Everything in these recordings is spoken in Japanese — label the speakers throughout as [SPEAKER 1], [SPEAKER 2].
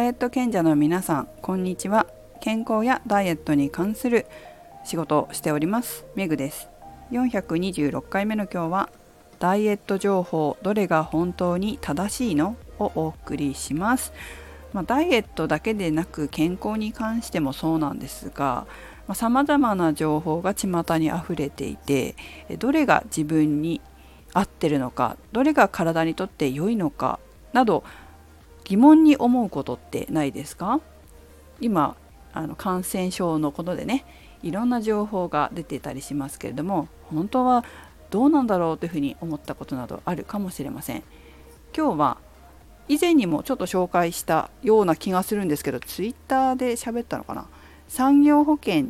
[SPEAKER 1] エット賢者の皆さん、こんにちは。健康やダイエットに関する仕事をしておりますメグです。426回目の今日は、ダイエット情報どれが本当に正しいのをお送りします。ダイエットだけでなく健康に関してもそうなんですが、様々な情報が巷にあふれていて、どれが自分に合ってるのか、どれが体にとって良いのかなど疑問に思うことってないですか？今感染症のことでね、いろんな情報が出てたりしますけれども、本当はどうなんだろうというふうに思ったことなどあるかもしれません。今日は以前にもちょっと紹介したような気がするんですけど、ツイッターで喋ったのかな。産業保険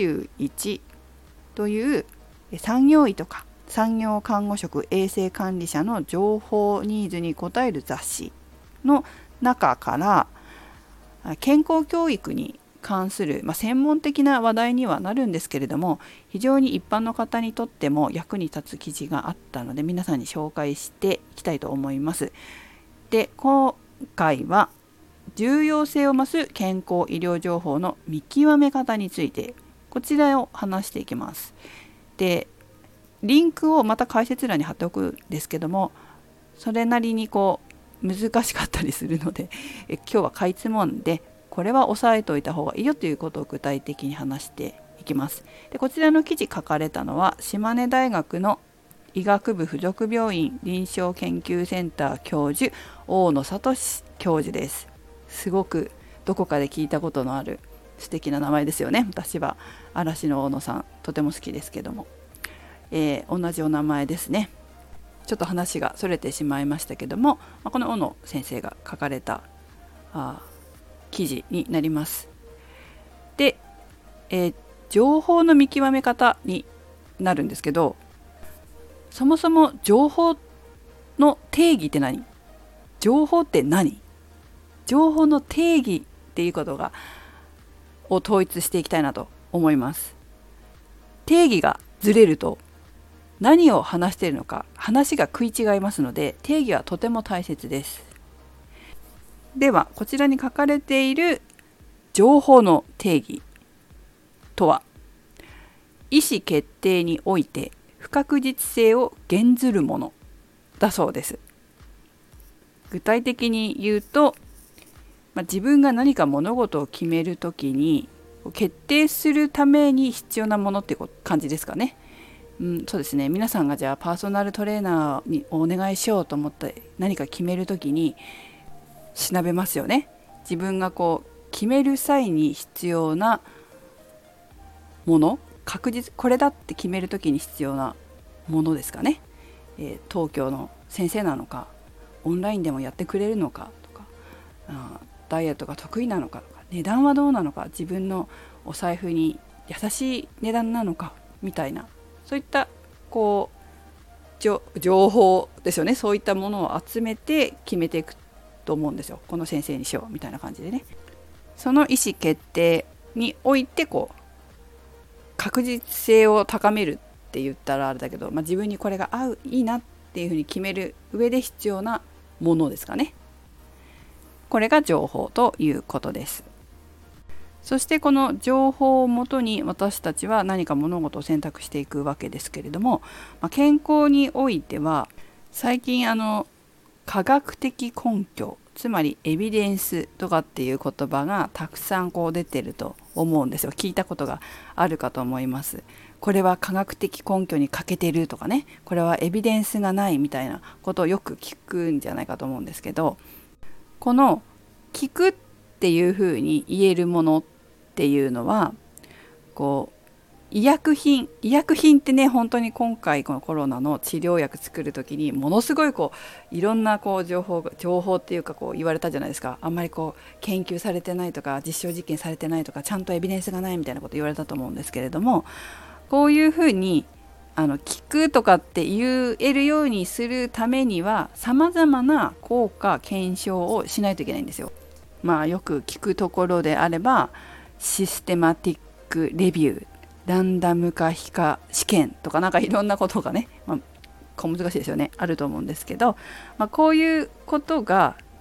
[SPEAKER 1] 21という産業医とか産業看護職衛生管理者の情報ニーズに応える雑誌の中から健康教育に関する、専門的な話題にはなるんですけれども、非常に一般の方にとっても役に立つ記事があったので、皆さんに紹介していきたいと思います。で、今回は重要性を増す健康医療情報の見極め方について、こちらを話していきます。で、リンクをまた解説欄に貼っておくんですけども、それなりに難しかったりするので、今日はかいつまんで、これは押さえておいた方がいいよということを具体的に話していきます。で、こちらの記事書かれたのは島根大学の医学部附属病院臨床研究センター教授大野聡教授です。すごくどこかで聞いたことのある素敵な名前ですよね。私は嵐の大野さんとても好きですけども、同じお名前ですね。ちょっと話がそれてしまいましたけども、この大野先生が書かれた記事になります。で、情報の見極め方になるんですけど、そもそも情報の定義って何？情報って何？情報の定義っていうことを統一していきたいなと思います。定義がずれると何を話しているのか話が食い違いますので、定義はとても大切です。では、こちらに書かれている情報の定義とは、意思決定において不確実性を減ずるものだそうです。具体的に言うと、自分が何か物事を決めるときに決定するために必要なものっていう感じですかね。そうですね。皆さんがじゃあパーソナルトレーナーにお願いしようと思って何か決めるときに調べますよね。自分が決める際に必要なもの、これだって決めるときに必要なものですかね。東京の先生なのか、オンラインでもやってくれるのかとか、ダイエットが得意なのかとか、値段はどうなのか、自分のお財布に優しい値段なのかみたいな、そういった情報ですよね。そういったものを集めて決めていくと思うんですよ。この先生にしようみたいな感じでね。その意思決定において確実性を高めるって言ったらあれだけど、自分にこれがいいなっていうふうに決める上で必要なものですかね。これが情報ということです。そしてこの情報をもとに私たちは何か物事を選択していくわけですけれども、健康においては最近科学的根拠、つまりエビデンスとかっていう言葉がたくさん出てると思うんですよ。聞いたことがあるかと思います。これは科学的根拠に欠けてるとかね、これはエビデンスがないみたいなことをよく聞くんじゃないかと思うんですけど、この聞くっていうふうに言えるものっていうのは医薬品ってね、本当に今回このコロナの治療薬作る時にものすごいいろんな情報っていうか言われたじゃないですか。あんまり研究されてないとか実証実験されてないとかちゃんとエビデンスがないみたいなこと言われたと思うんですけれども、こういうふうに聞くとかって言えるようにするためには様々な効果検証をしないといけないんですよ。よく聞くところであればシステマティックレビュー、ランダム化非化試験とかいろんなことがね、小難しいですよね、あると思うんですけど、こういうことが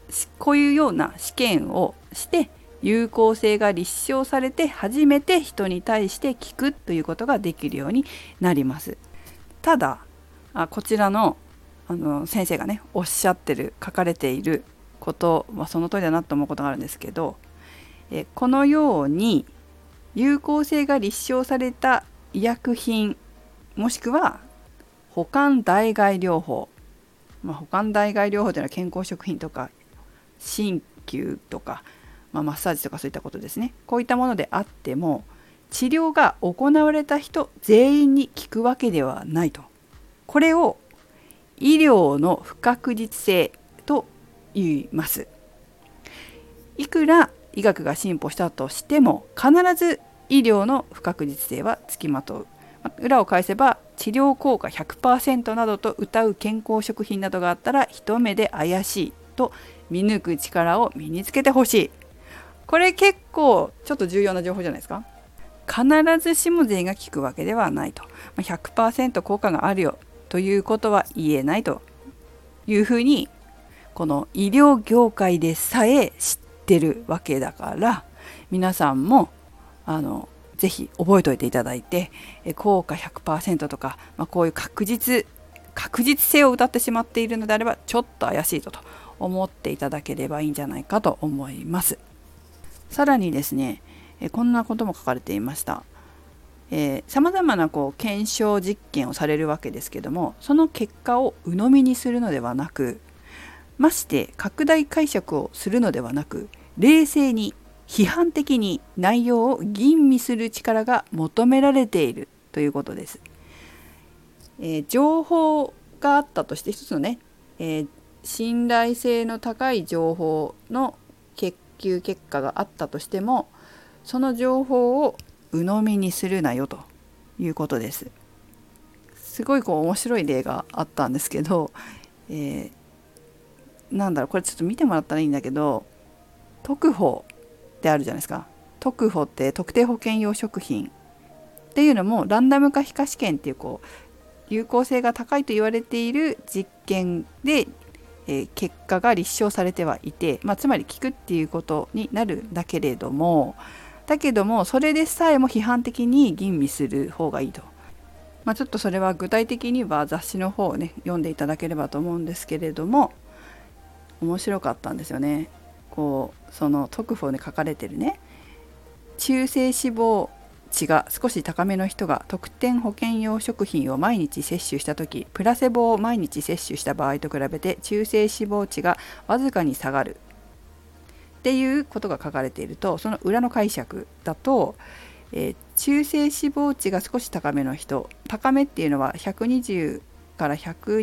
[SPEAKER 1] こういうような試験をして有効性が立証されて初めて人に対して聞くということができるようになります。ただこちらの、先生がねおっしゃってる書かれていることはその通りだなと思うことがあるんですけど、このように有効性が立証された医薬品もしくは補完代替療法、補完代替療法というのは健康食品とか鍼灸とか、マッサージとかそういったことですね。こういったものであっても治療が行われた人全員に効くわけではないと。これを医療の不確実性と言います。いくら医学が進歩したとしても必ず医療の不確実性はつきまとう。裏を返せば治療効果 100% などと謳う健康食品などがあったら一目で怪しいと見抜く力を身につけてほしい。これ結構ちょっと重要な情報じゃないですか。必ずしも全員が効くわけではないと。100% 効果があるよということは言えないというふうにこの医療業界でさえ知ってるわけだから、皆さんもぜひ覚えておいていただいて、効果 100% とか、こういう確実性を謳ってしまっているのであればちょっと怪しいと思っていただければいいんじゃないかと思います。さらにですね、こんなことも書かれていました。さまざまな検証実験をされるわけですけども、その結果を鵜呑みにするのではなく、まして拡大解釈をするのではなく、冷静に批判的に内容を吟味する力が求められているということです。情報があったとして一つのね、信頼性の高い情報の研究結果があったとしても、その情報を鵜呑みにするなよということです。すごい面白い例があったんですけど、これちょっと見てもらったらいいんだけど、特保ってあるじゃないですか。特保って特定保険用食品っていうのもランダム化皮下試験っていう有効性が高いと言われている実験で、結果が立証されてはいて、つまり効くっていうことになるんだけれども、それでさえも批判的に吟味する方がいいと。ちょっとそれは具体的には雑誌の方をね読んでいただければと思うんですけれども、面白かったんですよね。その特保に書かれてるね、中性脂肪値が少し高めの人が特典保険用食品を毎日摂取したとき、プラセボを毎日摂取した場合と比べて中性脂肪値がわずかに下がるっていうことが書かれていると、その裏の解釈だと、中性脂肪値が少し高めの人、高めっていうのは120から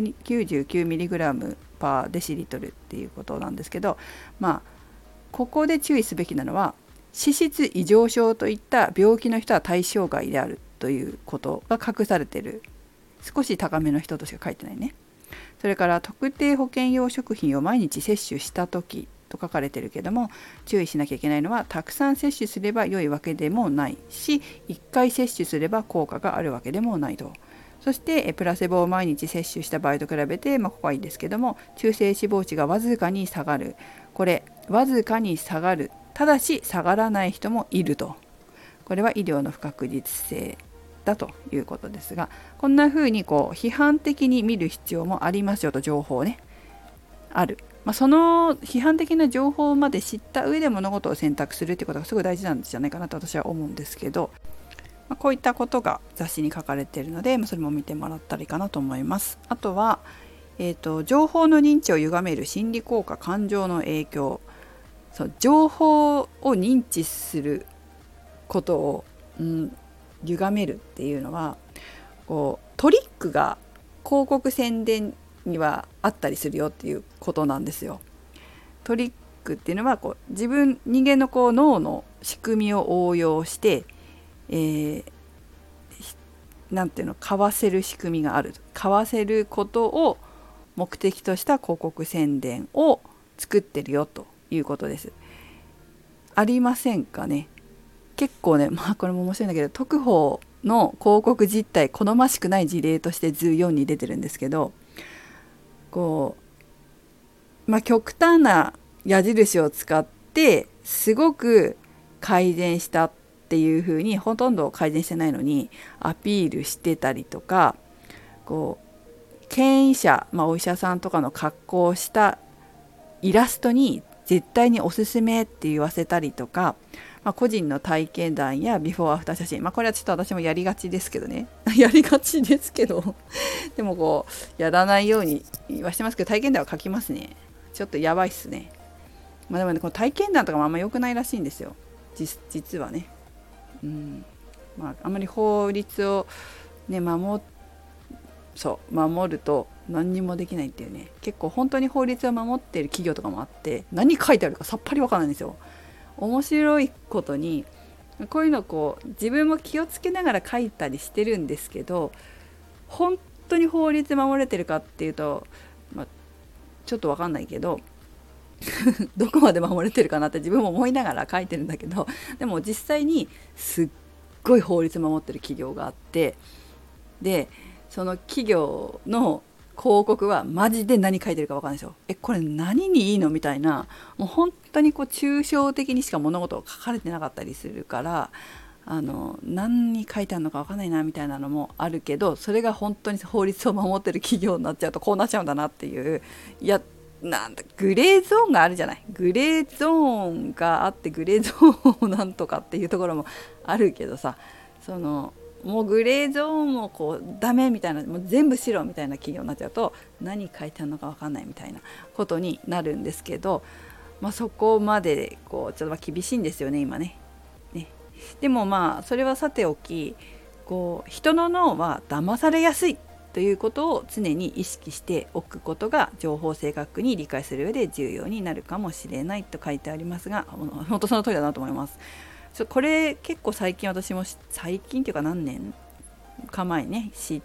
[SPEAKER 1] 199ミリグラムパーデシリットルっていうことなんですけど、ここで注意すべきなのは脂質異常症といった病気の人は対象外であるということが隠されている。少し高めの人としか書いてないね。それから特定保険用食品を毎日摂取した時と書かれてるけども、注意しなきゃいけないのはたくさん摂取すれば良いわけでもないし、1回摂取すれば効果があるわけでもないと。そしてプラセボを毎日摂取した場合と比べて、ここはいいんですけども、中性脂肪値がわずかに下がる。これわずかに下がる、ただし下がらない人もいると。これは医療の不確実性だということですが、こんな風に批判的に見る必要もありますよと。情報ねある、その批判的な情報まで知った上で物事を選択するっていうことがすごい大事なんじゃないかなと私は思うんですけど、こういったことが雑誌に書かれているので、それも見てもらったらいいかなと思います。あとは、情報の認知を歪める心理効果、感情の影響。情報を認知することを、歪めるっていうのはトリックが広告宣伝にはあったりするよっていうことなんですよ。トリックっていうのは人間の脳の仕組みを応用して、買わせる仕組みがある。買わせることを目的とした広告宣伝を作ってるよということです。ありませんかね。結構ね、これも面白いんだけど、特保の広告実態好ましくない事例として図4に出てるんですけど、極端な矢印を使ってすごく改善したっていう風に、ほとんど改善してないのにアピールしてたりとか、こう権威者、お医者さんとかの格好をしたイラストに絶対におすすめって言わせたりとか、個人の体験談やビフォーアフター写真、これはちょっと私もやりがちですけどねやりがちですけどでもこうやらないようにはしてますけど、体験談は書きますね。ちょっとやばいっすね。でもね、この体験談とかもあんま良くないらしいんですよ、実はね。あんまり法律をね守ると何にもできないっていうね、結構本当に法律を守っている企業とかもあって、何書いてあるかさっぱりわからないんですよ。面白いことに、こういうのをこう自分も気をつけながら書いたりしてるんですけど、本当に法律守れてるかっていうと、ちょっとわかんないけどどこまで守れてるかなって自分も思いながら書いてるんだけど、でも実際にすっごい法律守ってる企業があって、でその企業の広告はマジで何書いてるか分かんないですよ。これ何にいいのみたいな、もう本当にこう抽象的にしか物事を書かれてなかったりするから、何に書いてあるのか分かんないなみたいなのもあるけど、それが本当に法律を守ってる企業になっちゃうとこうなっちゃうんだなっていう、いやなんだグレーゾーンがあるじゃない。グレーゾーンがあって、グレーゾーンをなんとかっていうところもあるけどさ、もうグレーゾーンもこうダメみたいな、もう全部白みたいな企業になっちゃうと、何書いてあるのか分かんないみたいなことになるんですけど、そこまでこうちょっと厳しいんですよね今ね。でもそれはさておき、こう人の脳は騙されやすいということを常に意識しておくことが、情報を正確に理解する上で重要になるかもしれないと書いてありますが、本当その通りだなと思います。これ結構最近、私も最近っていうか何年か前ね知って、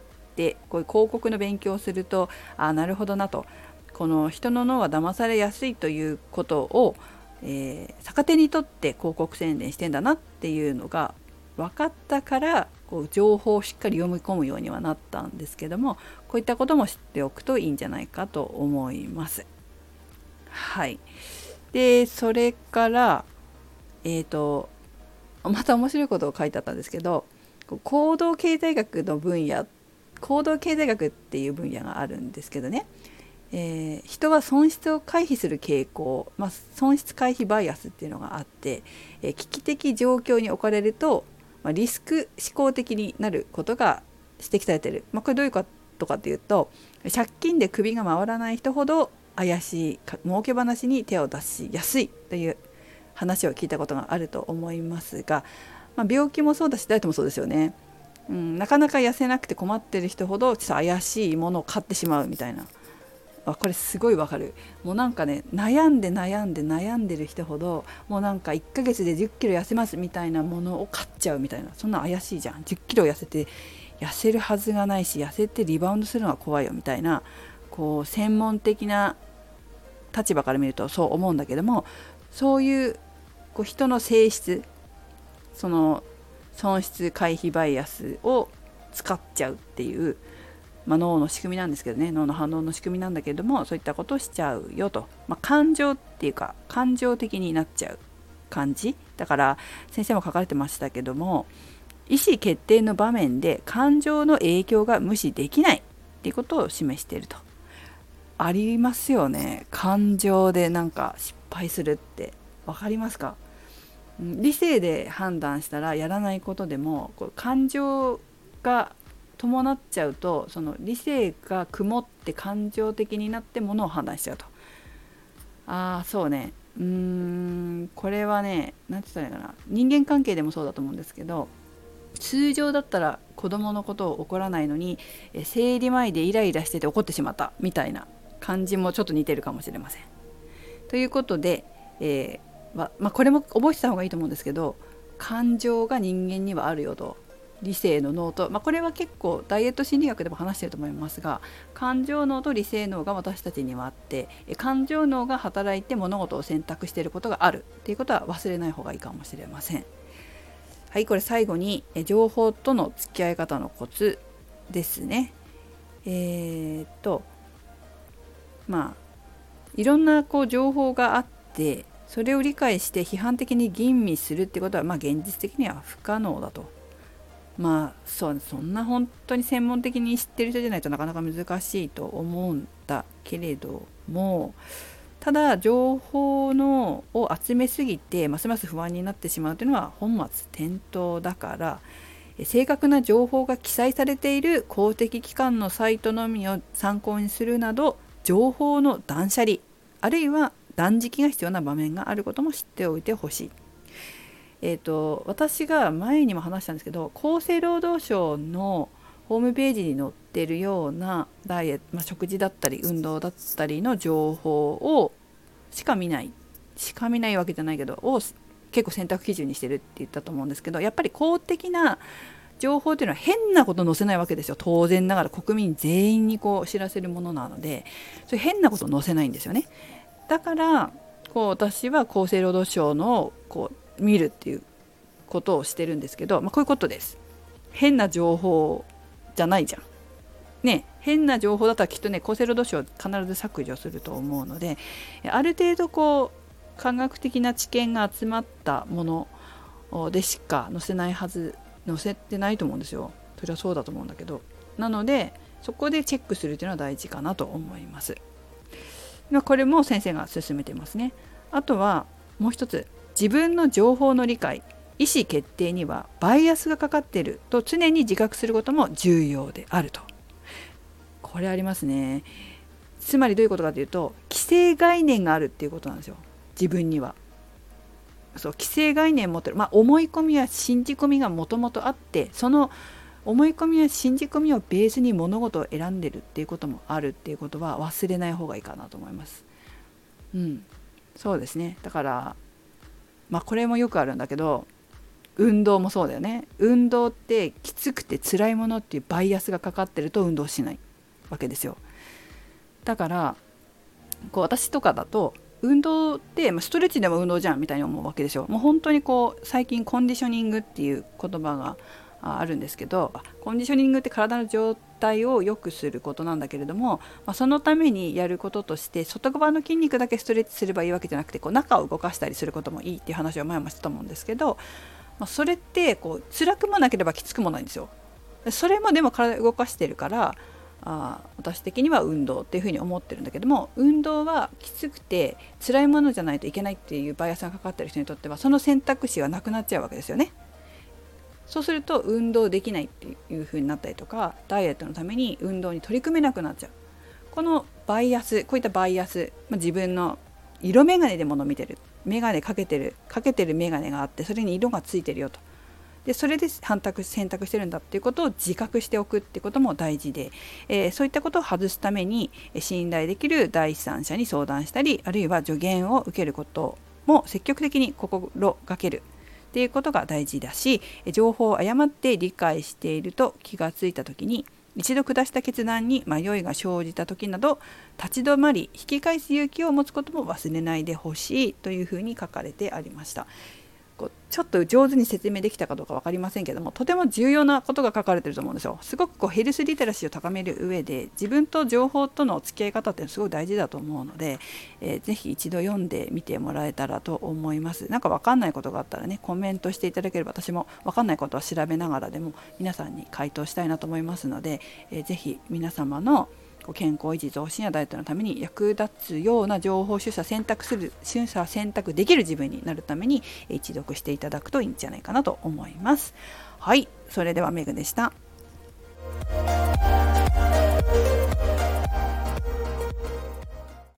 [SPEAKER 1] こういう広告の勉強をすると、なるほどなと、この人の脳は騙されやすいということを、逆手にとって広告宣伝してんだなっていうのが分かったから、こう情報をしっかり読み込むようにはなったんですけども、こういったことも知っておくといいんじゃないかと思います。はい。でそれからまた面白いことを書いてあったんですけど、行動経済学の分野、行動経済学っていう分野があるんですけどね、人は損失を回避する傾向、損失回避バイアスっていうのがあって、危機的状況に置かれると、リスク思考的になることが指摘されている。これどういうことかというと、借金で首が回らない人ほど怪しい儲け話に手を出しやすいという話を聞いたことがあると思いますが、病気もそうだしダイエットもそうですよね。なかなか痩せなくて困ってる人ほどちょっと怪しいものを買ってしまうみたいな。これすごいわかる。もうなんかね、悩んでる人ほど、もうなんか1ヶ月で10キロ痩せますみたいなものを買っちゃうみたいな。そんな怪しいじゃん。10キロ痩せるはずがないし、痩せてリバウンドするのが怖いよみたいな、こう専門的な立場から見るとそう思うんだけども、そういうこう人の性質、その損失回避バイアスを使っちゃうっていう、脳の仕組みなんですけどね、脳の反応の仕組みなんだけれども、そういったことをしちゃうよと、感情っていうか感情的になっちゃう感じだから、先生も書かれてましたけども、意思決定の場面で感情の影響が無視できないっていうことを示していると。ありますよね。感情でなんか失敗するって分かりますか？理性で判断したらやらないことでも、こう感情が伴っちゃうと、その理性が曇って感情的になってものを判断しちゃうと。そうね、これはね、何て言ったらいいかな、人間関係でもそうだと思うんですけど、通常だったら子供のことを怒らないのに、生理前でイライラしてて怒ってしまったみたいな感じもちょっと似てるかもしれません。ということで、これも覚えてた方がいいと思うんですけど、感情が人間にはあるよと。理性の脳と、これは結構ダイエット心理学でも話してると思いますが、感情脳と理性脳が私たちにはあって、感情脳が働いて物事を選択していることがあるっていうことは忘れない方がいいかもしれません。はい、これ最後に情報との付き合い方のコツですね。いろんな情報があっでそれを理解して批判的に吟味するってことは、現実的には不可能だと。そんな本当に専門的に知ってる人じゃないとなかなか難しいと思うんだけれども、ただ情報を集めすぎてますます不安になってしまうというのは本末転倒だから、正確な情報が記載されている公的機関のサイトのみを参考にするなど、情報の断捨離あるいは断食が必要な場面があることも知っておいてほしい。私が前にも話したんですけど、厚生労働省のホームページに載ってるようなダイエット、食事だったり運動だったりの情報をしか見ないわけじゃないけどを結構選択基準にしてるって言ったと思うんですけど、やっぱり公的な情報っていうのは変なこと載せないわけですよ。当然ながら国民全員に知らせるものなので、そういう変なこと載せないんですよね。だから私は厚生労働省の見るっていうことをしてるんですけど、こういうことです。変な情報じゃないじゃんね。変な情報だったらきっとね、厚生労働省必ず削除すると思うので、ある程度科学的な知見が集まったものでしか載せないはず、載せてないと思うんですよ。それはそうだと思うんだけど、なのでそこでチェックするというのは大事かなと思います。これも先生が勧めてますね。あとはもう一つ、自分の情報の理解、意思決定にはバイアスがかかっていると常に自覚することも重要であると。これありますね。つまりどういうことかというと、既成概念があるっていうことなんですよ。自分には既成概念を持ってる、思い込みや信じ込みがもともとあって、その思い込みや信じ込みをベースに物事を選んでるっていうこともあるっていうことは忘れない方がいいかなと思います。そうですね。だからこれもよくあるんだけど、運動もそうだよね。運動ってきつくて辛いものっていうバイアスがかかってると運動しないわけですよ。だから私とかだと運動ってストレッチでも運動じゃんみたいに思うわけですよ。もう本当に最近コンディショニングっていう言葉があるんですけど、コンディショニングって体の状態を良くすることなんだけれども、そのためにやることとして外側の筋肉だけストレッチすればいいわけじゃなくて、中を動かしたりすることもいいっていう話を前もしたと思うんですけど、それって辛くもなければきつくもないんですよ。それもでも体を動かしてるから私的には運動っていうふうに思ってるんだけども、運動はきつくて辛いものじゃないといけないっていうバイアスがかかってる人にとってはその選択肢がなくなっちゃうわけですよね。そうすると運動できないっていう風になったりとか、ダイエットのために運動に取り組めなくなっちゃう。このバイアス、こういったバイアス、自分の色眼鏡で物を見てる、眼鏡かけてる眼鏡があって、それに色がついてるよと。でそれで選択してるんだっていうことを自覚しておくってことも大事で、そういったことを外すために信頼できる第三者に相談したり、あるいは助言を受けることも積極的に心がけるっていうことが大事だし、情報を誤って理解していると気がついた時に、一度下した決断に迷いが生じた時など立ち止まり引き返す勇気を持つことも忘れないでほしいというふうに書かれてありました。ちょっと上手に説明できたかどうか分かりませんけども、とても重要なことが書かれていると思うんですよ。すごくヘルスリテラシーを高める上で自分と情報との付き合い方ってすごい大事だと思うので、ぜひ一度読んでみてもらえたらと思います。なんか分かんないことがあったらね、コメントしていただければ私も分かんないことは調べながらでも皆さんに回答したいなと思いますので、ぜひ皆様の健康維持増進やダイエットのために役立つような情報取捨選択できる自分になるために一読していただくといいんじゃないかなと思います。はい、それではメグでした。